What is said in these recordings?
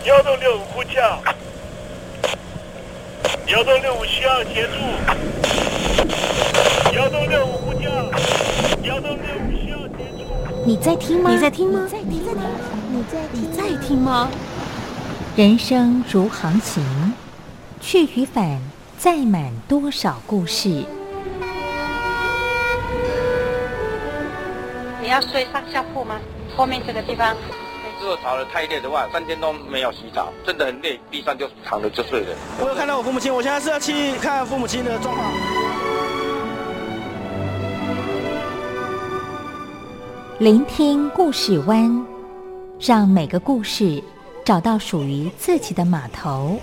幺洞六五呼叫，幺洞六五需要协助，幺洞六五呼叫，幺洞六五需要协助。 你在听吗？ 你在听吗？ 你在听吗？ 人生如航行，去与返，载满多少故事。 你要睡上下铺吗？后面这个地方。 如果吵得太累的话，3天都没有洗澡，真的很累，地上就躺着就睡了。 我有看到我父母亲，我现在是要去看父母亲的状况。 聆听故事湾，让每个故事找到属于自己的码头。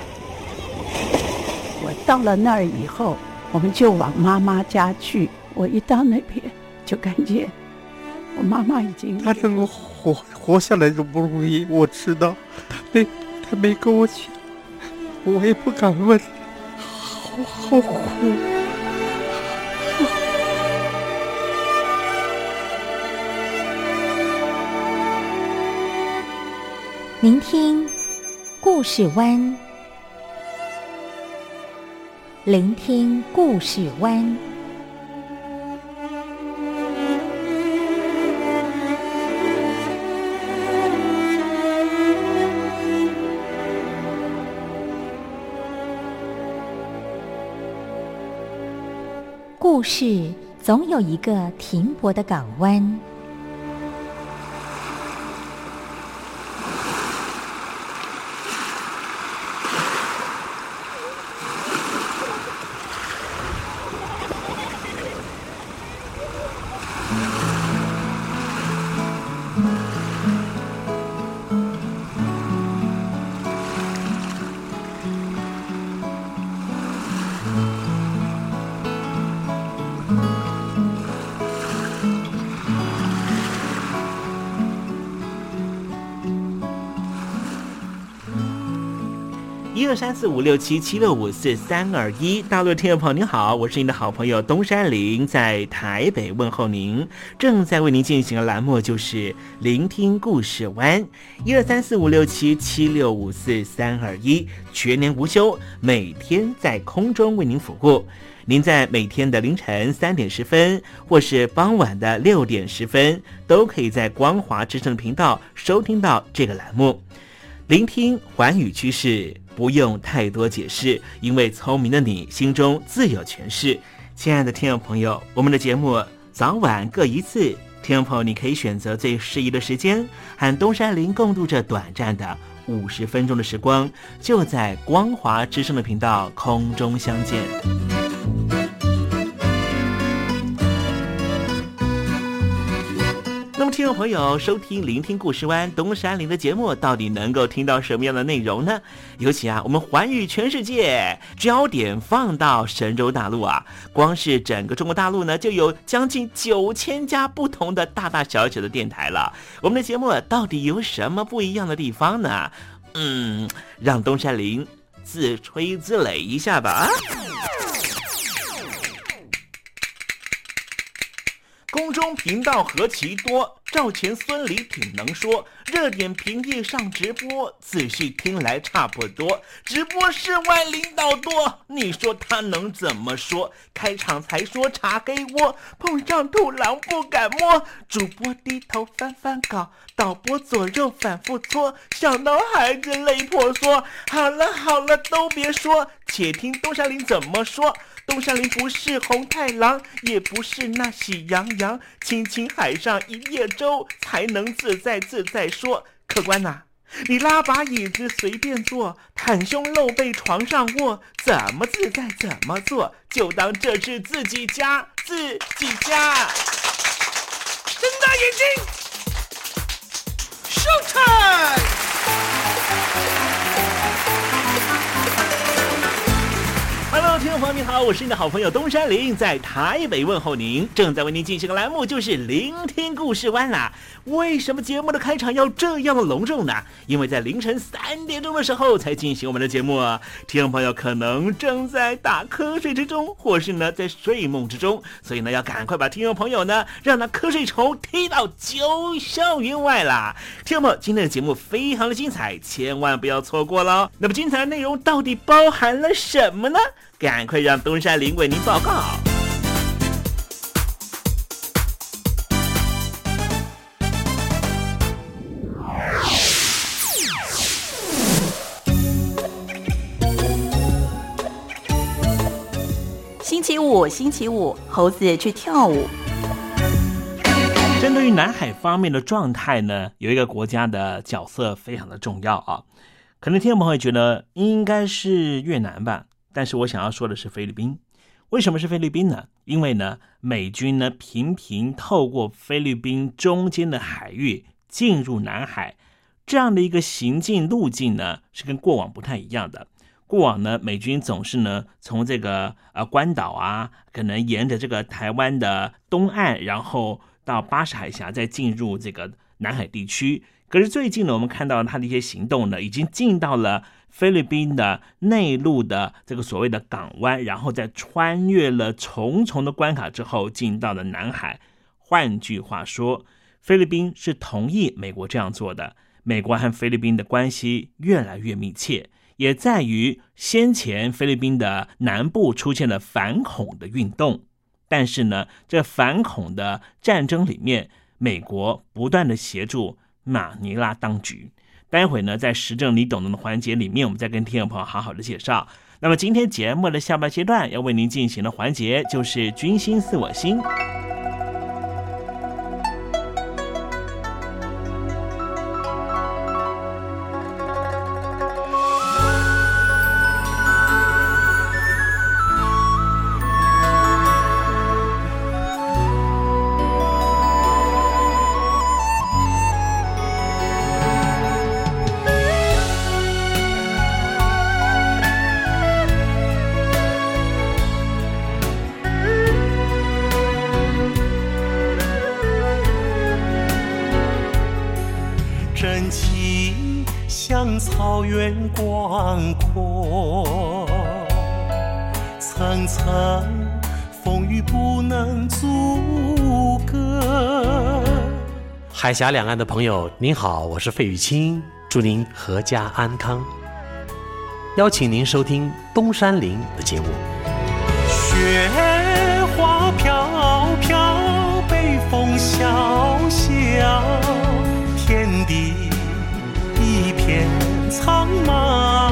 我到了那儿以后，我们就往妈妈家去。我一到那边，就感觉我妈妈已经她能够活下来就不容易，我知道。她没跟我讲，我也不敢问，好苦。 聆听故事湾，聆听故事湾。故事总有一个停泊的港湾。 12345677654-321，大陆的听众朋友您好，我是您的好朋友东山林，在台北问候您。正在为您进行的栏目就是聆听故事湾，12345677654-321，全年无休，每天在空中为您服务。您在每天的凌晨3点10分，或是傍晚的6点10分，都可以在光华之声频道收听到这个栏目。聆听寰宇趋势，不用太多解释，因为聪明的你心中自有诠释。亲爱的听众朋友，我们的节目早晚各一次，听众朋友你可以选择最适宜的时间，和东山林共度这短暂的50分钟的时光，就在光华之声的频道空中相见。那么听众朋友，收听聆听故事湾东山林的节目，到底能够听到什么样的内容呢？尤其我们寰宇全世界，焦点放到神州大陆光是整个中国大陆呢，就有将近9000家不同的大大小小的电台了。我们的节目到底有什么不一样的地方呢？让东山林自吹自擂一下吧。空中频道何其多，赵钱孙李挺能说，热点平地上直播，仔细听来差不多。直播室外领导多，你说他能怎么说？开场才说茶黑窝，碰上土狼不敢摸。主播低头翻翻稿，导播左右反复搓，想到孩子泪婆娑。好了好了，都别说，且听东山林怎么说。东山林不是红太狼，也不是那喜羊羊，亲亲海上一叶舟，才能自在自在说。客官你拉把椅子随便坐，袒胸露背床上卧，怎么自在怎么做，就当这是自己家，自己家。睁大眼睛 ，Show time！Hello， 听众朋朋友你好，我是你的好朋友东山林，在台北问候您。正在为您进行的栏目就是聆听故事湾啦。为什么节目的开场要这样的隆重呢？因为在凌晨3点钟的时候才进行我们的节目啊。听众朋友可能正在打瞌睡之中，或是呢在睡梦之中，所以呢要赶快把听众朋友呢让那瞌睡虫踢到九霄云外啦。听众朋友，今天的节目非常的精彩，千万不要错过了。那么精彩的内容到底包含了什么呢？赶快让东山林为您报告。 星期五，猴子去跳舞。 针对于南海方面的状态呢，有一个国家的角色非常的重要啊。可能听众朋友觉得应该是越南吧，但是我想要说的是菲律宾。为什么是菲律宾呢？因为呢，美军呢频频透过菲律宾中间的海域进入南海，这样的一个行进路径呢，是跟过往不太一样的。过往呢，美军总是呢从这个关岛啊，可能沿着这个台湾的东岸，然后到巴士海峡，再进入这个南海地区。可是最近呢，我们看到他的一些行动呢，已经进到了菲律宾的内陆的这个所谓的港湾，然后再穿越了重重的关卡之后，进到了南海。换句话说，菲律宾是同意美国这样做的。美国和菲律宾的关系越来越密切，也在于先前菲律宾的南部出现了反恐的运动，但是呢，这反恐的战争里面，美国不断的协助马尼拉当局。待会呢，在时政你懂得的环节里面，我们再跟听众朋友好好的介绍。那么今天节目的下半阶段要为您进行的环节就是军心似我心。 真情像草原广阔，层层风雨不能阻隔。 海峡两岸的朋友您好，我是费玉清，祝您阖家安康，邀请您收听东山林的节目。 雪花飘飘，北风萧萧，天地一片苍茫，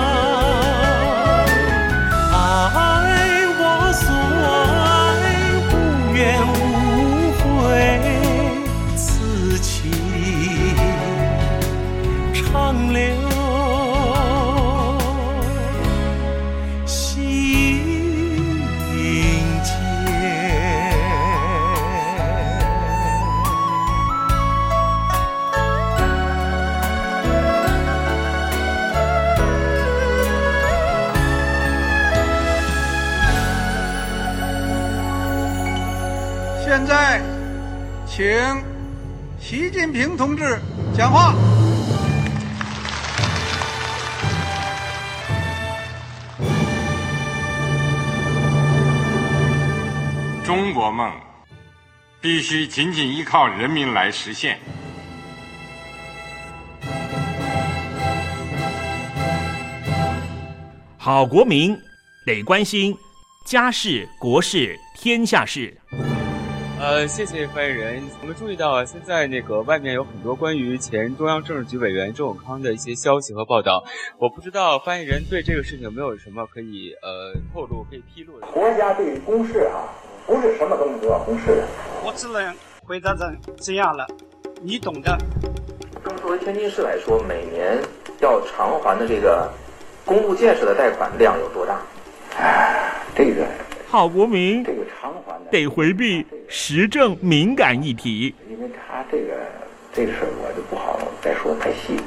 爱我所爱，无怨无悔，此情长留心间。 现在，请习近平同志讲话。 中国梦必须紧紧依靠人民来实现。 好国民得关心家事、国事、天下事。 谢谢发言人。我们注意到现在外面有很多关于前中央政治局委员周永康的一些消息和报道，我不知道发言人对这个事情有没有什么可以透露、可以披露的。 国家对于公事不是什么东西都要公示的。 我只能回答成这样了，你懂的。 作为天津市来说，每年要偿还的这个公路建设的贷款量有多大？这个好国民这个偿还得回避时政敏感议题， 因为他这个事儿我就不好再说太细。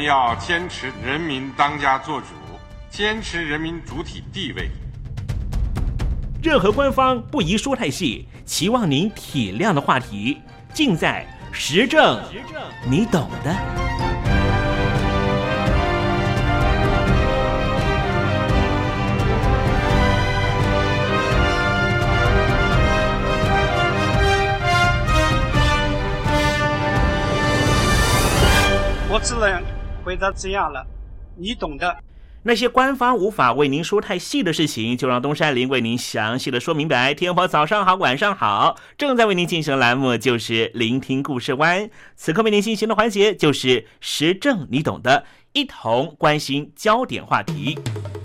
要坚持人民当家作主，坚持人民主体地位。 任何官方不宜说太细，期望您体谅的话题，尽在时政，你懂的。 我只能回答这样了，你懂的。 那些官方无法为您说太细的事情，就让东山林为您详细的说明白。天婆早上好，晚上好，正在为您进行的栏目就是聆听故事湾，此刻为您进行的环节就是时政你懂的，一同关心焦点话题。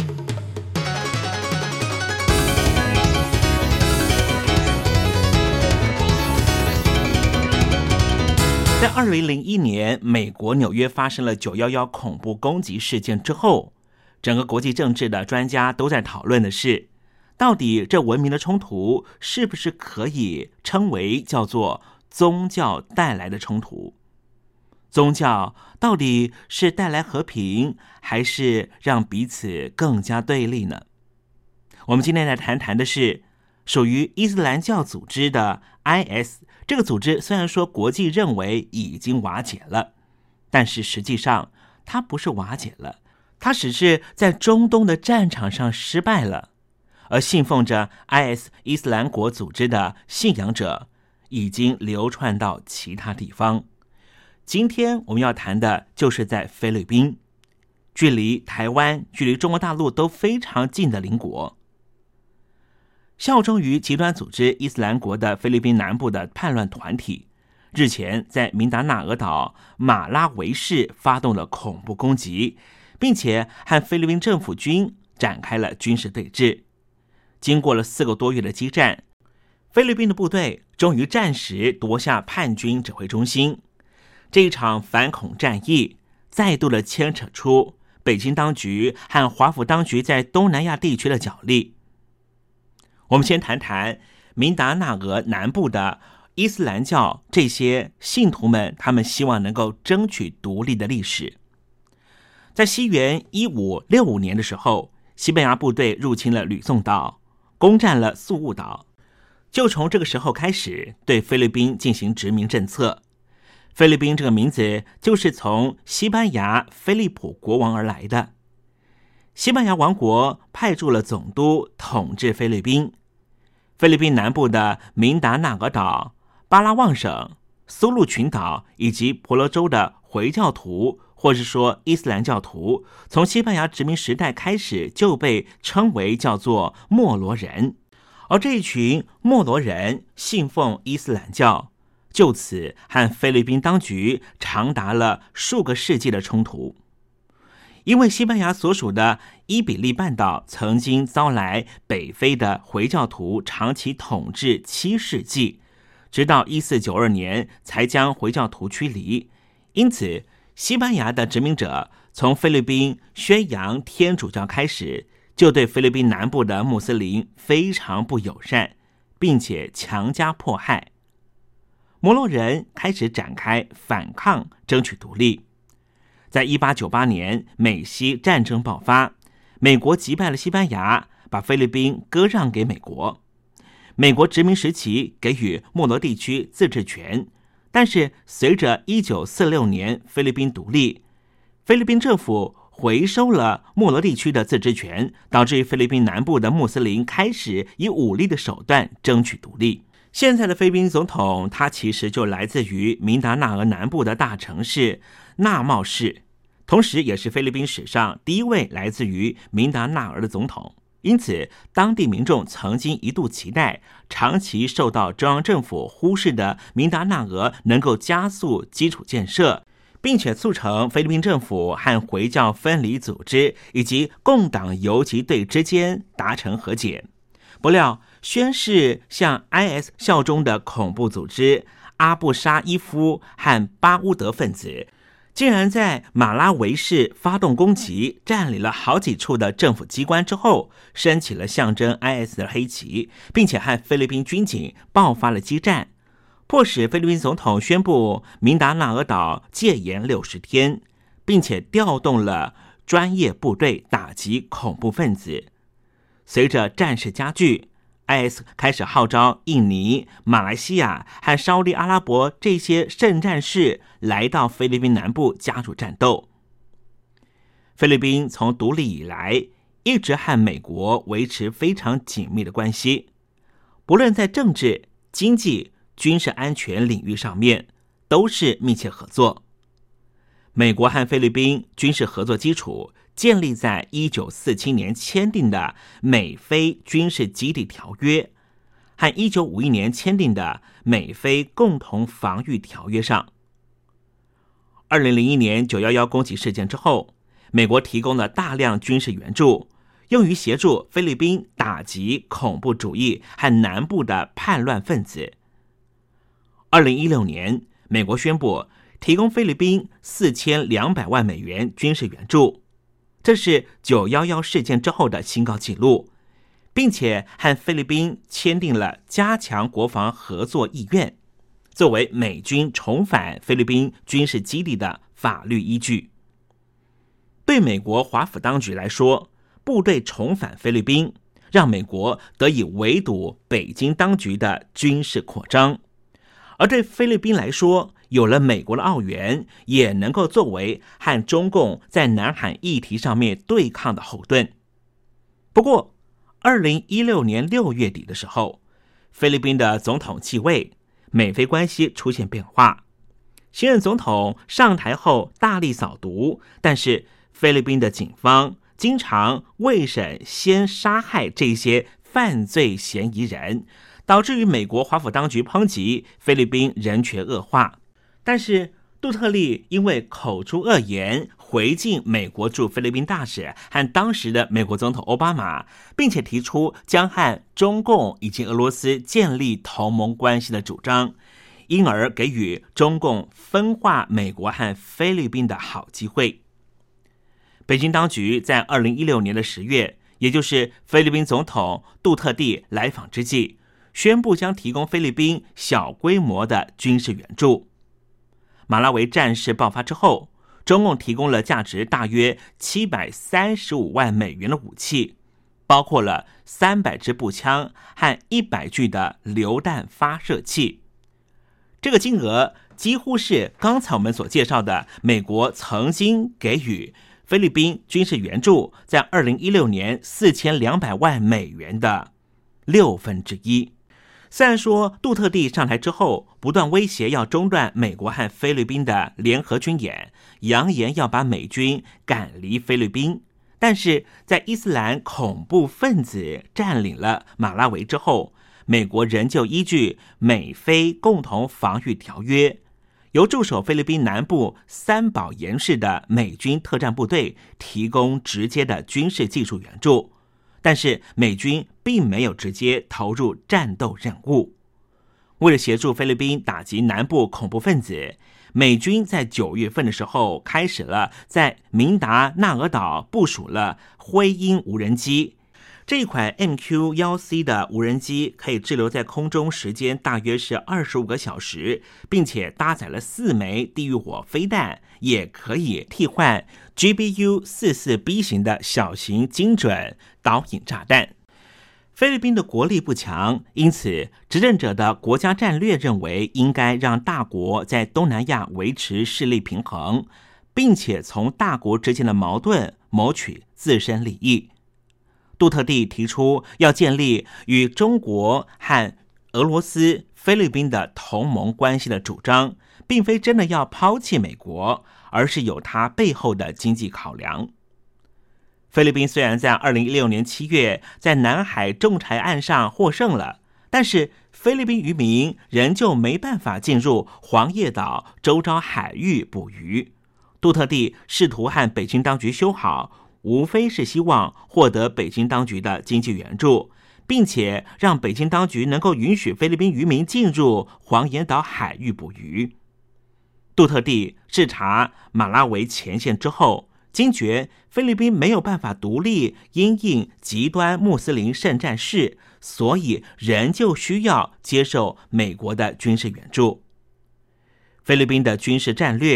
在2001年美国纽约发生了911恐怖攻击事件之后，整个国际政治的专家都在讨论的是，到底这文明的冲突是不是可以称为叫做宗教带来的冲突？宗教到底是带来和平，还是让彼此更加对立呢？我们今天来谈谈的是属于伊斯兰教组织的 IS。这个组织虽然说国际认为已经瓦解了，但是实际上它不是瓦解了，它只是在中东的战场上失败了，而信奉着 IS 伊斯兰国组织的信仰者已经流传到其他地方。今天我们要谈的就是在菲律宾，距离台湾、距离中国大陆都非常近的邻国。效忠于极端组织伊斯兰国的菲律宾南部的叛乱团体，日前在明达纳俄岛马拉维市发动了恐怖攻击，并且和菲律宾政府军展开了军事对峙。经过了4个多月的激战，菲律宾的部队终于暂时夺下叛军指挥中心。这一场反恐战役再度的牵扯出北京当局和华府当局在东南亚地区的角力。我们先谈谈明达纳俄南部的伊斯兰教这些信徒们，他们希望能够争取独立的历史。在西元1565年的时候，西班牙部队入侵了吕宋岛，攻占了宿务岛，就从这个时候开始对菲律宾进行殖民政策。菲律宾这个名字就是从西班牙菲利普国王而来的。西班牙王国派驻了总督统治菲律宾。菲律宾南部的明达纳俄岛、巴拉望省、苏禄群岛以及婆罗洲的回教徒，或是说伊斯兰教徒，从西班牙殖民时代开始就被称为叫做莫罗人。而这一群莫罗人信奉伊斯兰教，就此和菲律宾当局长达了数个世纪的冲突。因为西班牙所属的伊比利半岛曾经遭来北非的回教徒长期统治7世纪，直到1492年才将回教徒驱离。因此，西班牙的殖民者从菲律宾宣扬天主教开始，就对菲律宾南部的穆斯林非常不友善，并且强加迫害。摩洛人开始展开反抗，争取独立。在1898年美西战争爆发，美国击败了西班牙，把菲律宾割让给美国。美国殖民时期给予莫罗地区自治权，但是随着1946年菲律宾独立，菲律宾政府回收了莫罗地区的自治权，导致菲律宾南部的穆斯林开始以武力的手段争取独立。现在的菲律宾总统，他其实就来自于明达纳俄南部的大城市纳茂市，同时也是菲律宾史上第一位来自于明达纳俄的总统。因此，当地民众曾经一度期待长期受到中央政府忽视的明达纳俄能够加速基础建设，并且促成菲律宾政府和回教分离组织以及共党游击队之间达成和解。不料，宣誓向 IS 效忠的恐怖组织阿布沙伊夫和巴乌德分子，竟然在马拉维市发动攻击，占领了好几处的政府机关之后，升起了象征 IS 的黑旗，并且和菲律宾军警爆发了激战，迫使菲律宾总统宣布明达纳俄岛戒严60天， 并且调动了专业部队打击恐怖分子。随着战事加剧， IS 开始号召印尼、马来西亚和沙特阿拉伯这些圣战士来到菲律宾南部加入战斗。菲律宾从独立以来一直和美国维持非常紧密的关系，不论在政治、经济、军事安全领域上面都是密切合作。美国和菲律宾军事合作基础建立在1947年签订的美菲军事基地条约和1951年签订的美菲共同防御条约上。2001年911攻击事件之后，美国提供了大量军事援助，用于协助菲律宾打击恐怖主义和南部的叛乱分子。2016年，美国宣布提供菲律宾4200万美元军事援助，这是911事件之后的新高纪录，并且和菲律宾签订了加强国防合作意愿，作为美军重返菲律宾军事基地的法律依据。对美国华府当局来说，部队重返菲律宾，让美国得以围堵北京当局的军事扩张。而对菲律宾来说，有了美国的澳元，也能够作为和中共在南海议题上面对抗的后盾。不过2016年6月底的时候，菲律宾的总统继位，美菲关系出现变化。新任总统上台后大力扫毒，但是菲律宾的警方经常未审先杀害这些犯罪嫌疑人，导致于美国华府当局抨击菲律宾人权恶化。但是杜特利因为口出恶言，回敬美国驻菲律宾大使和当时的美国总统奥巴马，并且提出将和中共以及俄罗斯建立同盟关系的主张，因而给予中共分化美国和菲律宾的好机会。北京当局在2016年的10月，也就是菲律宾总统杜特地来访之际，宣布将提供菲律宾小规模的军事援助。马拉维战事爆发之后，中共提供了价值大约735万美元的武器，包括了300支步枪和100具的榴弹发射器。这个金额几乎是刚才我们所介绍的美国曾经给予菲律宾军事援助在2016年4200万美元的1/6。虽然说杜特地上台之后不断威胁要中断美国和菲律宾的联合军演，扬言要把美军赶离菲律宾，但是在伊斯兰恐怖分子占领了马拉维之后，美国仍旧依据美菲共同防御条约，由驻守菲律宾南部三宝岩市的美军特战部队提供直接的军事技术援助，但是美军并没有直接投入战斗任务。为了协助菲律宾打击南部恐怖分子，美军在9月份的时候开始了在明达纳尔岛部署了灰鹰无人机。这一款 MQ-1C 的无人机可以滞留在空中时间大约是25个小时，并且搭载了4枚地狱火飞弹，也可以替换 GBU-44B 型的小型精准导引炸弹。菲律宾的国力不强，因此执政者的国家战略认为应该让大国在东南亚维持势力平衡，并且从大国之间的矛盾谋取自身利益。杜特地提出要建立与中国和俄罗斯、菲律宾的同盟关系的主张，并非真的要抛弃美国，而是有它背后的经济考量。菲律宾虽然在2016年7月在南海仲裁案上获胜了，但是菲律宾渔民仍旧没办法进入黄叶岛周遭海域捕鱼。杜特地试图和北京当局修好，无非是希望获得北京当局的经济援助，并且让北京当局能够允许菲律宾渔民进入黄岩岛海域捕鱼。杜特地视察马拉维前线之后，惊觉菲律宾没有办法独立因应极端穆斯林圣战事，所以仍旧需要接受美国的军事援助。菲律宾的军事战略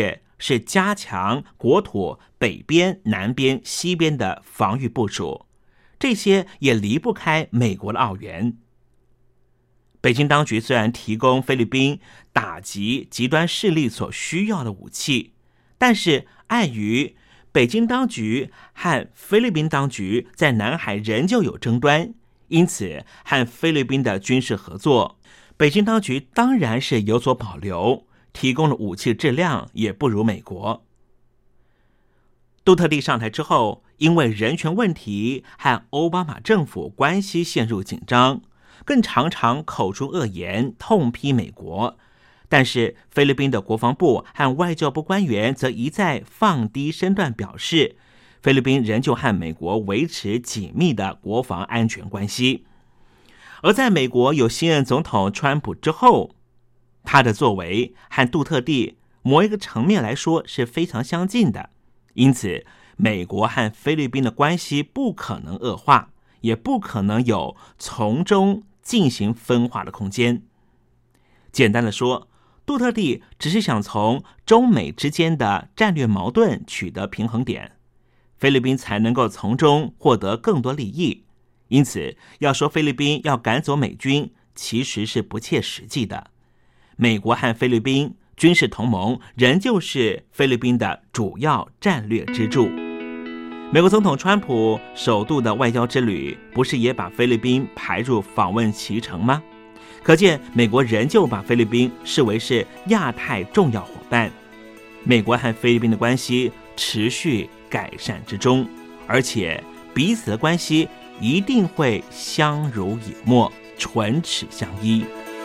是加强国土北边、南边、西边的防御部署，这些也离不开美国的澳元。北京当局虽然提供菲律宾打击极端势力所需要的武器，但是碍于北京当局和菲律宾当局在南海仍旧有争端，因此和菲律宾的军事合作，北京当局当然是有所保留，提供的武器质量也不如美国。杜特地上台之后，因为人权问题和奥巴马政府关系陷入紧张，更常常口出恶言，痛批美国。但是菲律宾的国防部和外交部官员则一再放低身段表示，菲律宾仍旧和美国维持紧密的国防安全关系。而在美国有新任总统川普之后，他的作为和杜特地某一个层面来说是非常相近的，因此美国和菲律宾的关系不可能恶化，也不可能有从中进行分化的空间。简单的说，杜特地只是想从中美之间的战略矛盾取得平衡点，菲律宾才能够从中获得更多利益。因此要说菲律宾要赶走美军，其实是不切实际的。美国和菲律宾军事同盟仍旧是菲律宾的主要战略支柱。美国总统川普首度的外交之旅，不是也把菲律宾排入访问期程吗？可见美国仍旧把菲律宾视为是亚太重要伙伴。美国和菲律宾的关系持续改善之中，而且彼此的关系一定会相濡以沫，唇齿相依。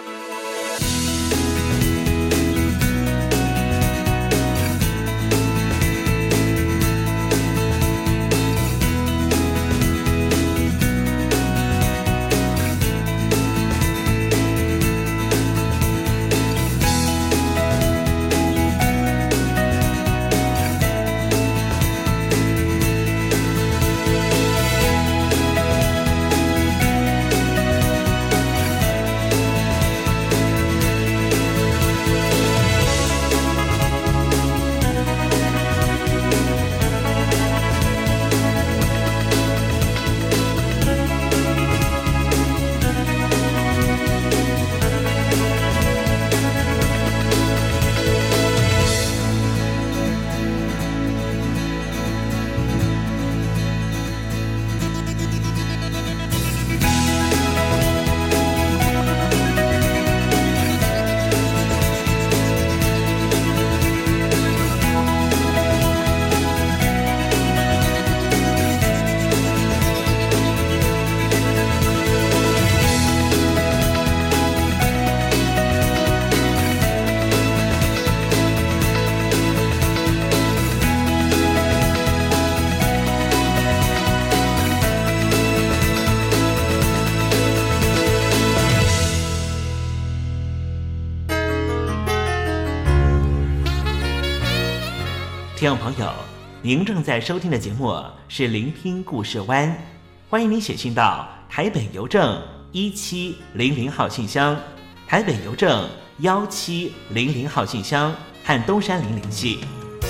听众朋友，您正在收听的节目是聆听故事湾，欢迎您写信到台北邮政1700号信箱，台北邮政1700号信箱，和东山林联系。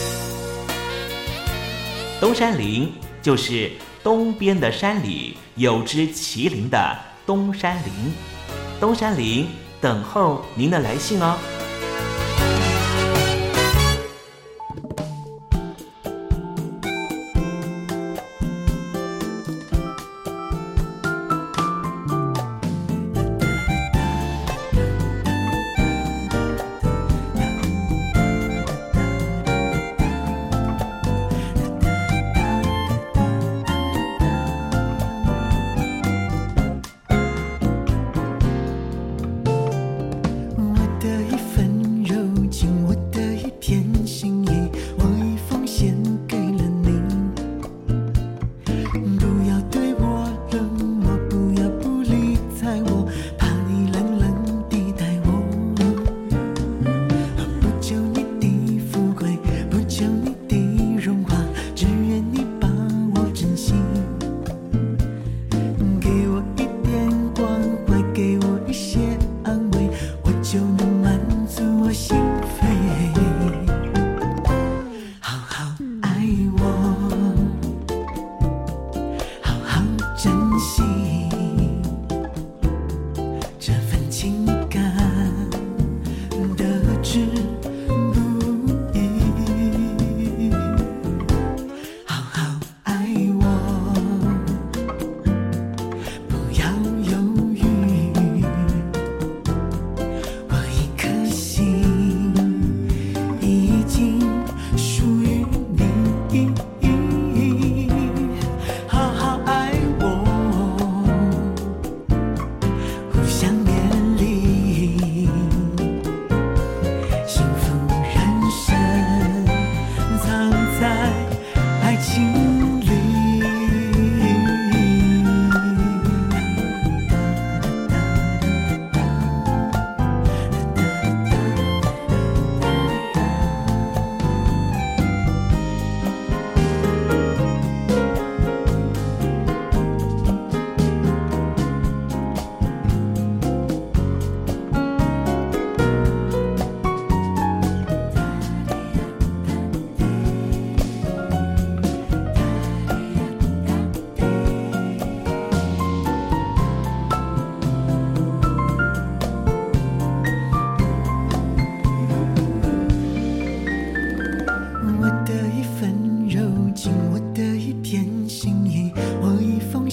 东山林就是东边的山里有只麒麟的东山林，东山林等候您的来信哦。 我的一份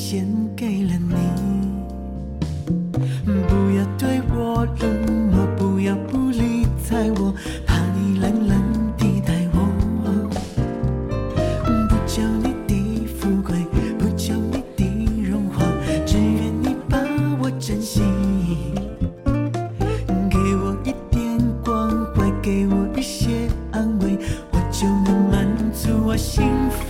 献给了你。不要对我冷漠，不要不理睬我，怕你冷冷地待我。不求你的富贵，不求你的荣华，只愿你把我珍惜。给我一点关怀，给我一些安慰，我就能满足我心扉。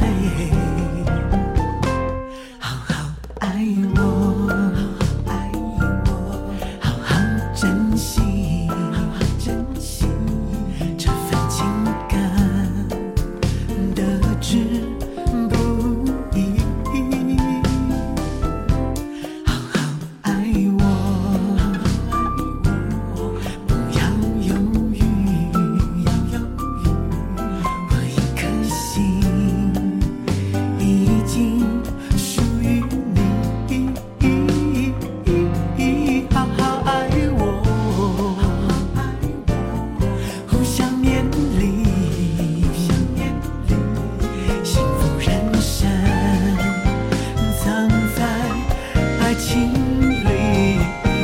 好好爱我，爱我，好好珍惜，好好珍惜这份情感，得之不易。好好爱我，不要犹豫，我一颗心已经属于你。好好爱我，互相勉励，幸福人生藏在爱情里。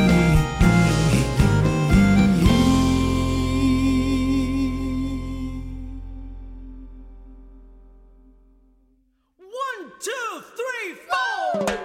One, two, three, four.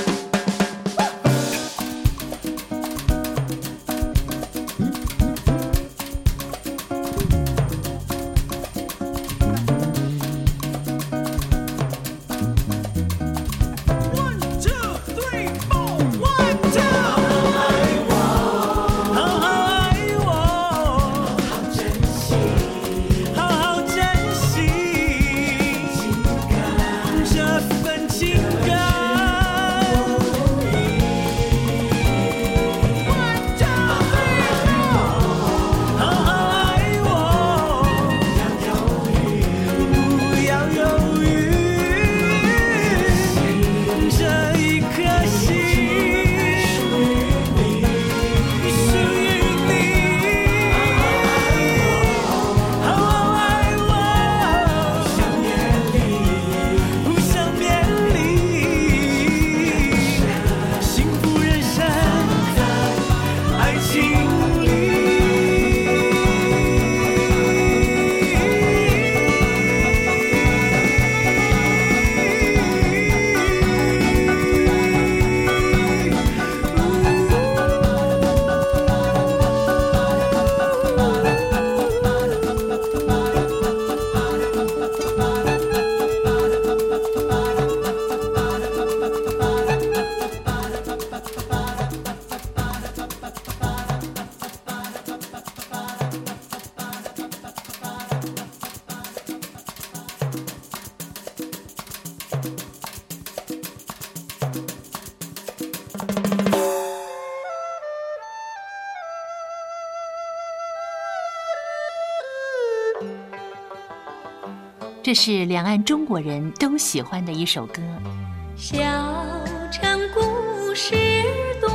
这是两岸中国人都喜欢的一首歌。 小城故事多，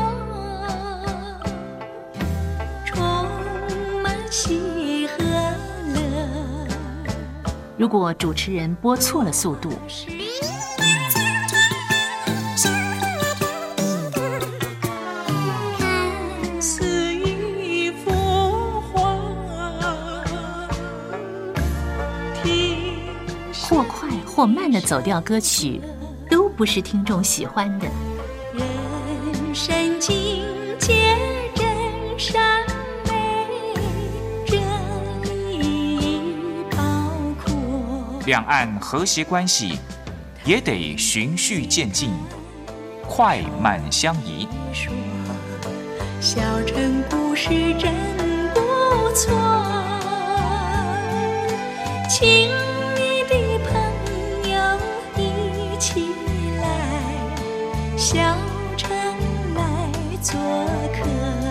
充满喜和乐。 如果主持人播错了速度， 看似一幅画， 或快或慢的走调歌曲，都不是听众喜欢的。 人生境界真善美，这里包括两岸和谐关系也得循序渐进，快慢相宜。 小城故事真不错，请你的朋友一起来小城来做客。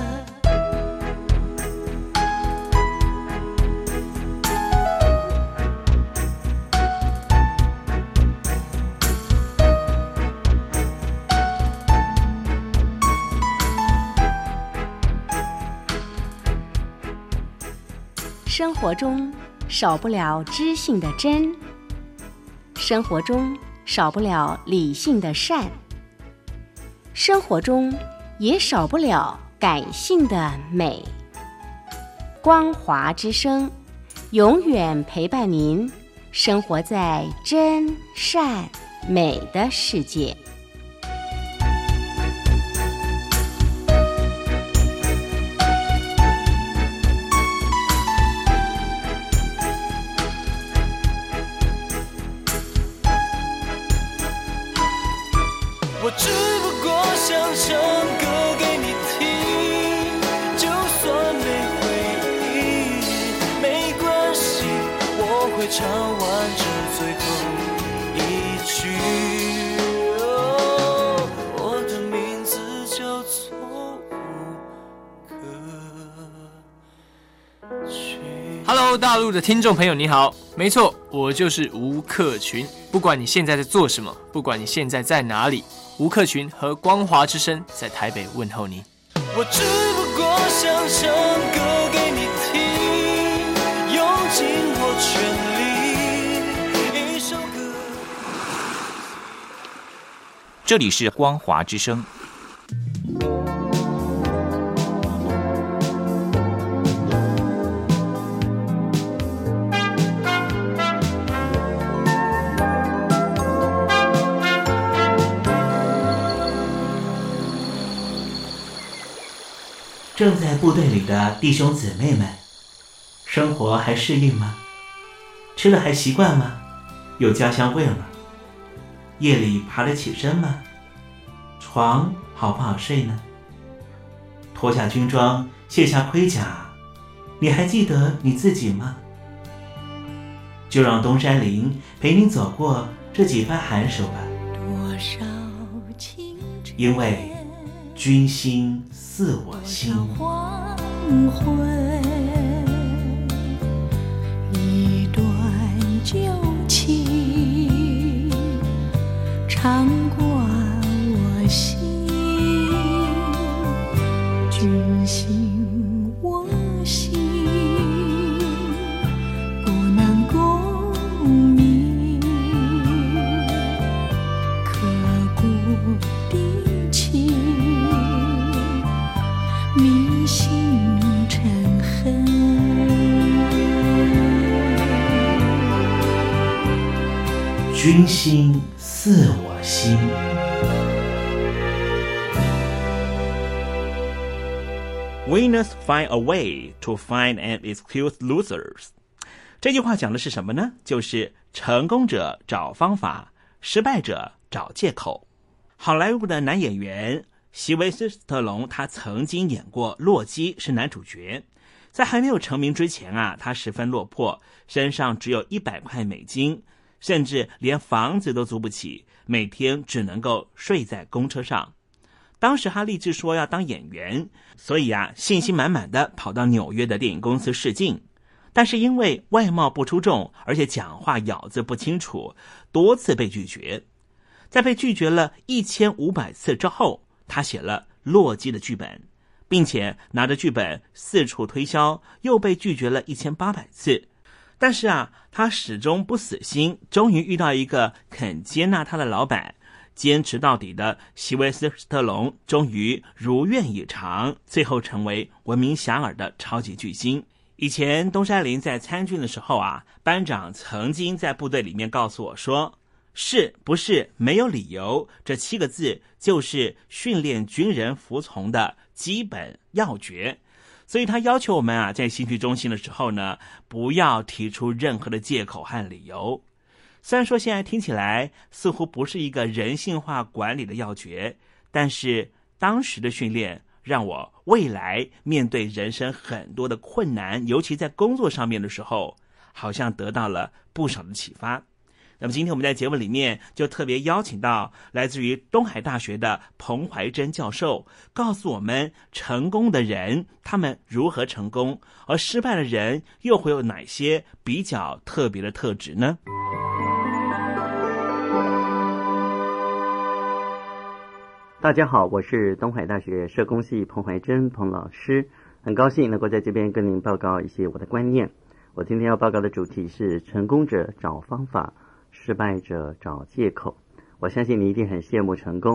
生活中少不了知性的真，生活中少不了理性的善， 生活中也少不了感性的美。光华之声永远陪伴您，生活在真善美的世界。 我只不过想唱歌给你听，就算没回应没关系，我会唱完这最后一句。我的名字叫做吴克群。 Hello， 大陆的听众朋友，你好，没错，我就是吴克群。不管你现在在做什么，不管你现在在哪里，吴克群和光华之声在台北问候你。 我只不过想唱歌给你听，用尽我全力，一首歌。 这里是光华之声。 正在部队里的弟兄姊妹们，生活还适应吗？吃了还习惯吗？有家乡味吗？夜里爬得起身吗？床好不好睡呢？脱下军装，卸下盔甲，你还记得你自己吗？就让东山林陪您走过这几番寒暑吧。因为君心似我心。 黄昏，一段旧情常挂我心，君心我心，不能共鸣，刻骨的情。铭心成恨， 君心似我心。Winners find a way to find and excuse losers。这句话讲的是什么呢？就是成功者找方法，失败者找借口。好莱坞的男演员席维斯特龙，他曾经演过洛基，是男主角。在还没有成名之前啊，他十分落魄，身上只有100块美金，甚至连房子都租不起，每天只能够睡在公车上。当时他立志说要当演员，所以啊，信心满满的跑到纽约的电影公司试镜。但是因为外貌不出众，而且讲话咬字不清楚，多次被拒绝。在被拒绝了1500次之后，他写了《洛基》的剧本，并且拿着剧本四处推销，又被拒绝了1800次。但是啊，他始终不死心，终于遇到一个肯接纳他的老板，坚持到底的席维斯特龙，终于如愿以偿，最后成为闻名遐迩的超级巨星。以前东山林在参军的时候啊，班长曾经在部队里面告诉我说，是不是没有理由，这7个字就是训练军人服从的基本要诀。所以他要求我们啊，在新训中心的时候呢，不要提出任何的借口和理由。虽然说现在听起来似乎不是一个人性化管理的要诀，但是当时的训练让我未来面对人生很多的困难，尤其在工作上面的时候，好像得到了不少的启发。那么今天我们在节目里面就特别邀请到来自于东海大学的彭怀珍教授，告诉我们成功的人他们如何成功，而失败的人又会有哪些比较特别的特质呢？ 大家好，我是东海大学社工系彭怀珍彭老师，很高兴能够在这边跟您报告一些我的观念。我今天要报告的主题是成功者找方法，失败者找借口。我相信你一定很羡慕成功，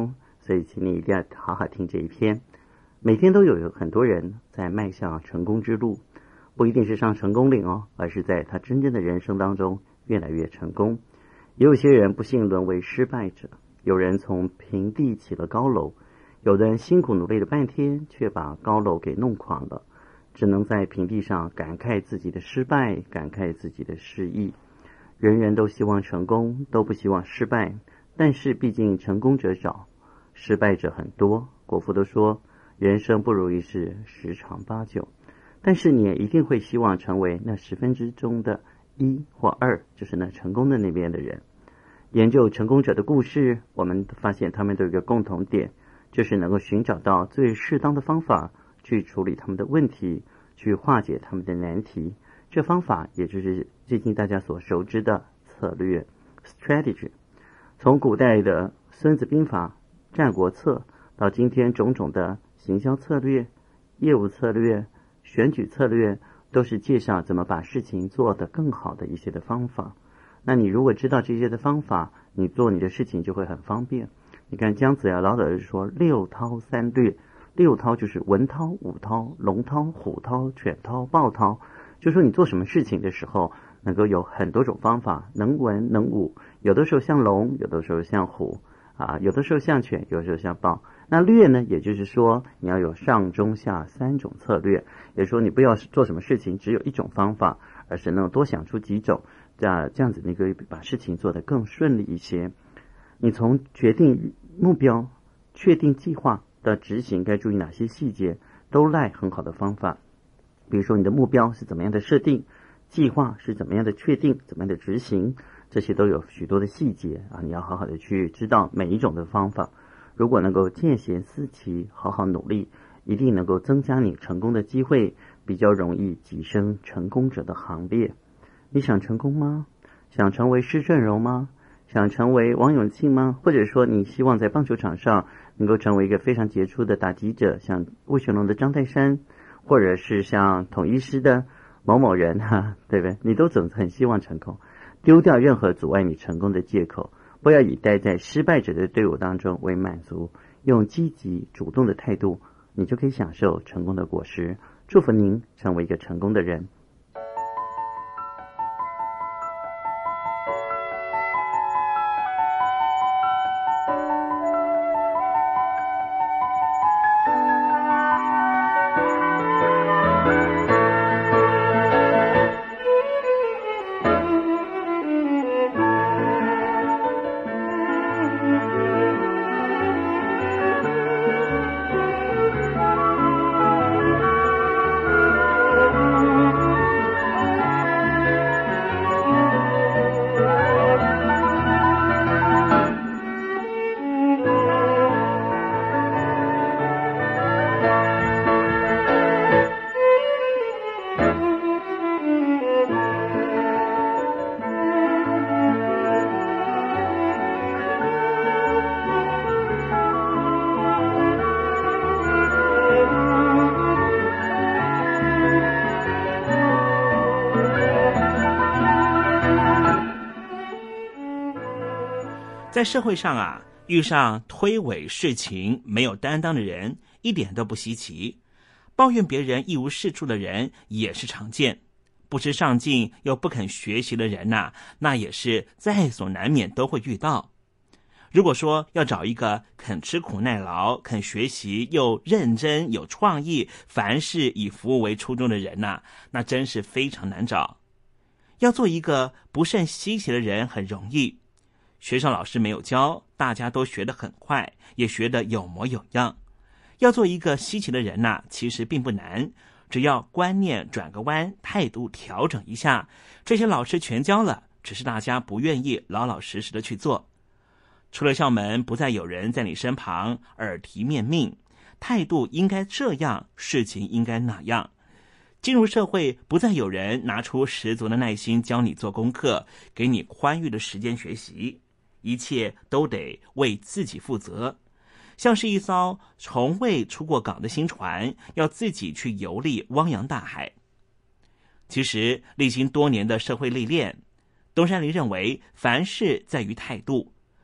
所以请你一定要好好听这一篇。每天都有很多人在迈向成功之路，不一定是上成功岭哦，而是在他真正的人生当中越来越成功。也有些人不幸沦为失败者，有人从平地起了高楼，有的人辛苦努力了半天，却把高楼给弄垮了，只能在平地上感慨自己的失败，感慨自己的失意。人人都希望成功，都不希望失败，但是毕竟成功者少，失败者很多。国父都说人生不如意事十常八九，但是你也一定会希望成为那10%中的1或2，就是那成功的那边的人。研究成功者的故事，我们发现他们都有一个共同点，就是能够寻找到最适当的方法去处理他们的问题，去化解他们的难题。这方法也就是最近大家所熟知的策略 strategy。 从古代的孙子兵法、战国策，到今天种种的行销策略、业务策略、选举策略，都是介绍怎么把事情做得更好的一些的方法。那你如果知道这些的方法，你做你的事情就会很方便。你看姜子牙老早就说6韬3略，六韬就是文韬、武韬、龙韬、虎韬、犬韬、豹韬，就说你做什么事情的时候能够有很多种方法，能文能武，有的时候像龙，有的时候像虎有的时候像犬，有的时候像豹。那略呢，也就是说你要有上中下3种策略，也就是说你不要做什么事情只有一种方法，而是能多想出几种，这样子你可以把事情做得更顺利一些。你从决定目标、确定计划到执行该注意哪些细节，都赖很好的方法。比如说你的目标是怎么样的设定，计划是怎么样的确定，怎么样的执行，这些都有许多的细节你要好好的去知道每一种的方法。如果能够见贤思齐，好好努力，一定能够增加你成功的机会，比较容易跻身成功者的行列。你想成功吗？想成为施正荣吗？想成为王永庆吗？或者说你希望在棒球场上能够成为一个非常杰出的打击者，像魏全龙的张泰山，或者是像统一狮的某某人对不对？你都总很希望成功，丢掉任何阻碍你成功的借口，不要以待在失败者的队伍当中为满足，用积极主动的态度，你就可以享受成功的果实。祝福您成为一个成功的人。 在社会上遇上推诿事情没有担当的人一点都不稀奇，抱怨别人一无是处的人也是常见，不知上进又不肯学习的人那也是在所难免都会遇到。如果说要找一个肯吃苦耐劳、肯学习又认真有创意、凡事以服务为初衷的人那真是非常难找。要做一个不甚稀奇的人很容易，学校老师没有教，大家都学得很快，也学得有模有样。要做一个稀奇的人其实并不难，只要观念转个弯，态度调整一下，这些老师全教了，只是大家不愿意老老实实的去做。出了校门，不再有人在你身旁耳提面命，态度应该这样，事情应该那样。进入社会，不再有人拿出十足的耐心教你做功课，给你宽裕的时间学习，一切都得为自己负责，像是一艘从未出过港的新船，要自己去游历汪洋大海。其实历经多年的社会历练，东山林认为凡事在于态度，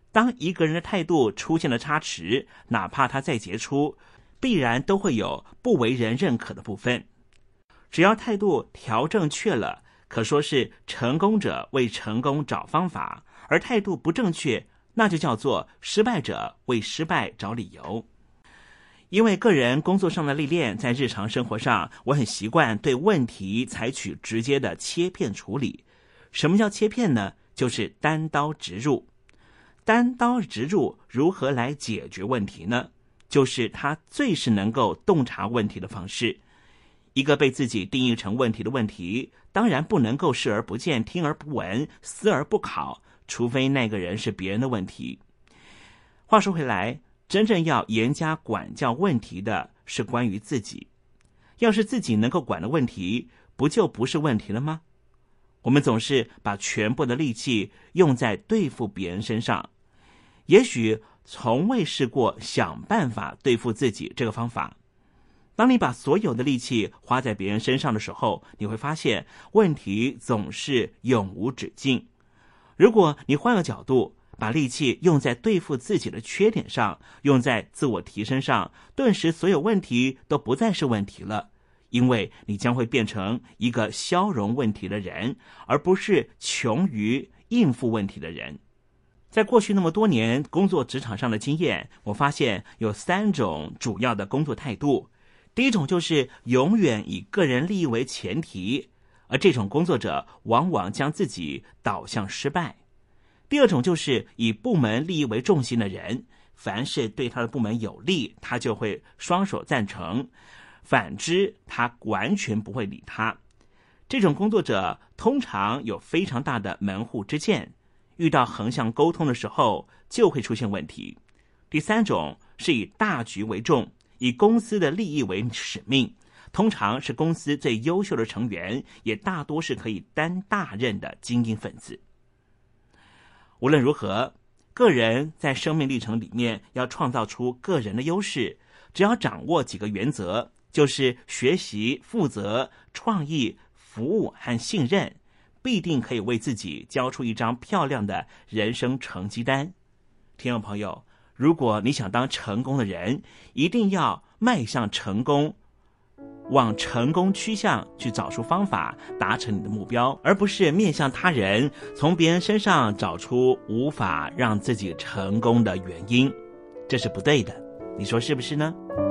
当一个人的态度出现了差池，哪怕他再杰出，必然都会有不为人认可的部分。只要态度调正确了，可说是成功者为成功找方法，而态度不正确，那就叫做失败者为失败找理由。因为个人工作上的历练，在日常生活上，我很习惯对问题采取直接的切片处理。什么叫切片呢？就是单刀直入。单刀直入如何来解决问题呢？就是它最是能够洞察问题的方式。一个被自己定义成问题的问题，当然不能够视而不见、听而不闻、思而不考，除非那个人是别人的问题。话说回来，真正要严加管教问题的是关于自己。要是自己能够管的问题，不就不是问题了吗？我们总是把全部的力气用在对付别人身上，也许从未试过想办法对付自己这个方法。当你把所有的力气花在别人身上的时候，你会发现问题总是永无止境。如果你换个角度，把力气用在对付自己的缺点上，用在自我提升上，顿时所有问题都不再是问题了，因为你将会变成一个消融问题的人，而不是穷于应付问题的人。在过去那么多年工作职场上的经验，我发现有3种主要的工作态度。第一种就是永远以个人利益为前提，而这种工作者往往将自己导向失败。第二种就是以部门利益为重心的人，凡是对他的部门有利，他就会双手赞成，反之他完全不会理他。这种工作者通常有非常大的门户之见，遇到横向沟通的时候就会出现问题。第三种是以大局为重，以公司的利益为使命，通常是公司最优秀的成员，也大多是可以担大任的精英分子。无论如何，个人在生命历程里面要创造出个人的优势，只要掌握几个原则，就是学习、负责、创意、服务和信任，必定可以为自己交出一张漂亮的人生成绩单。听众朋友，如果你想当成功的人，一定要迈向成功，往成功趋向去找出方法达成你的目标，而不是面向他人，从别人身上找出无法让自己成功的原因，这是不对的。你说是不是呢？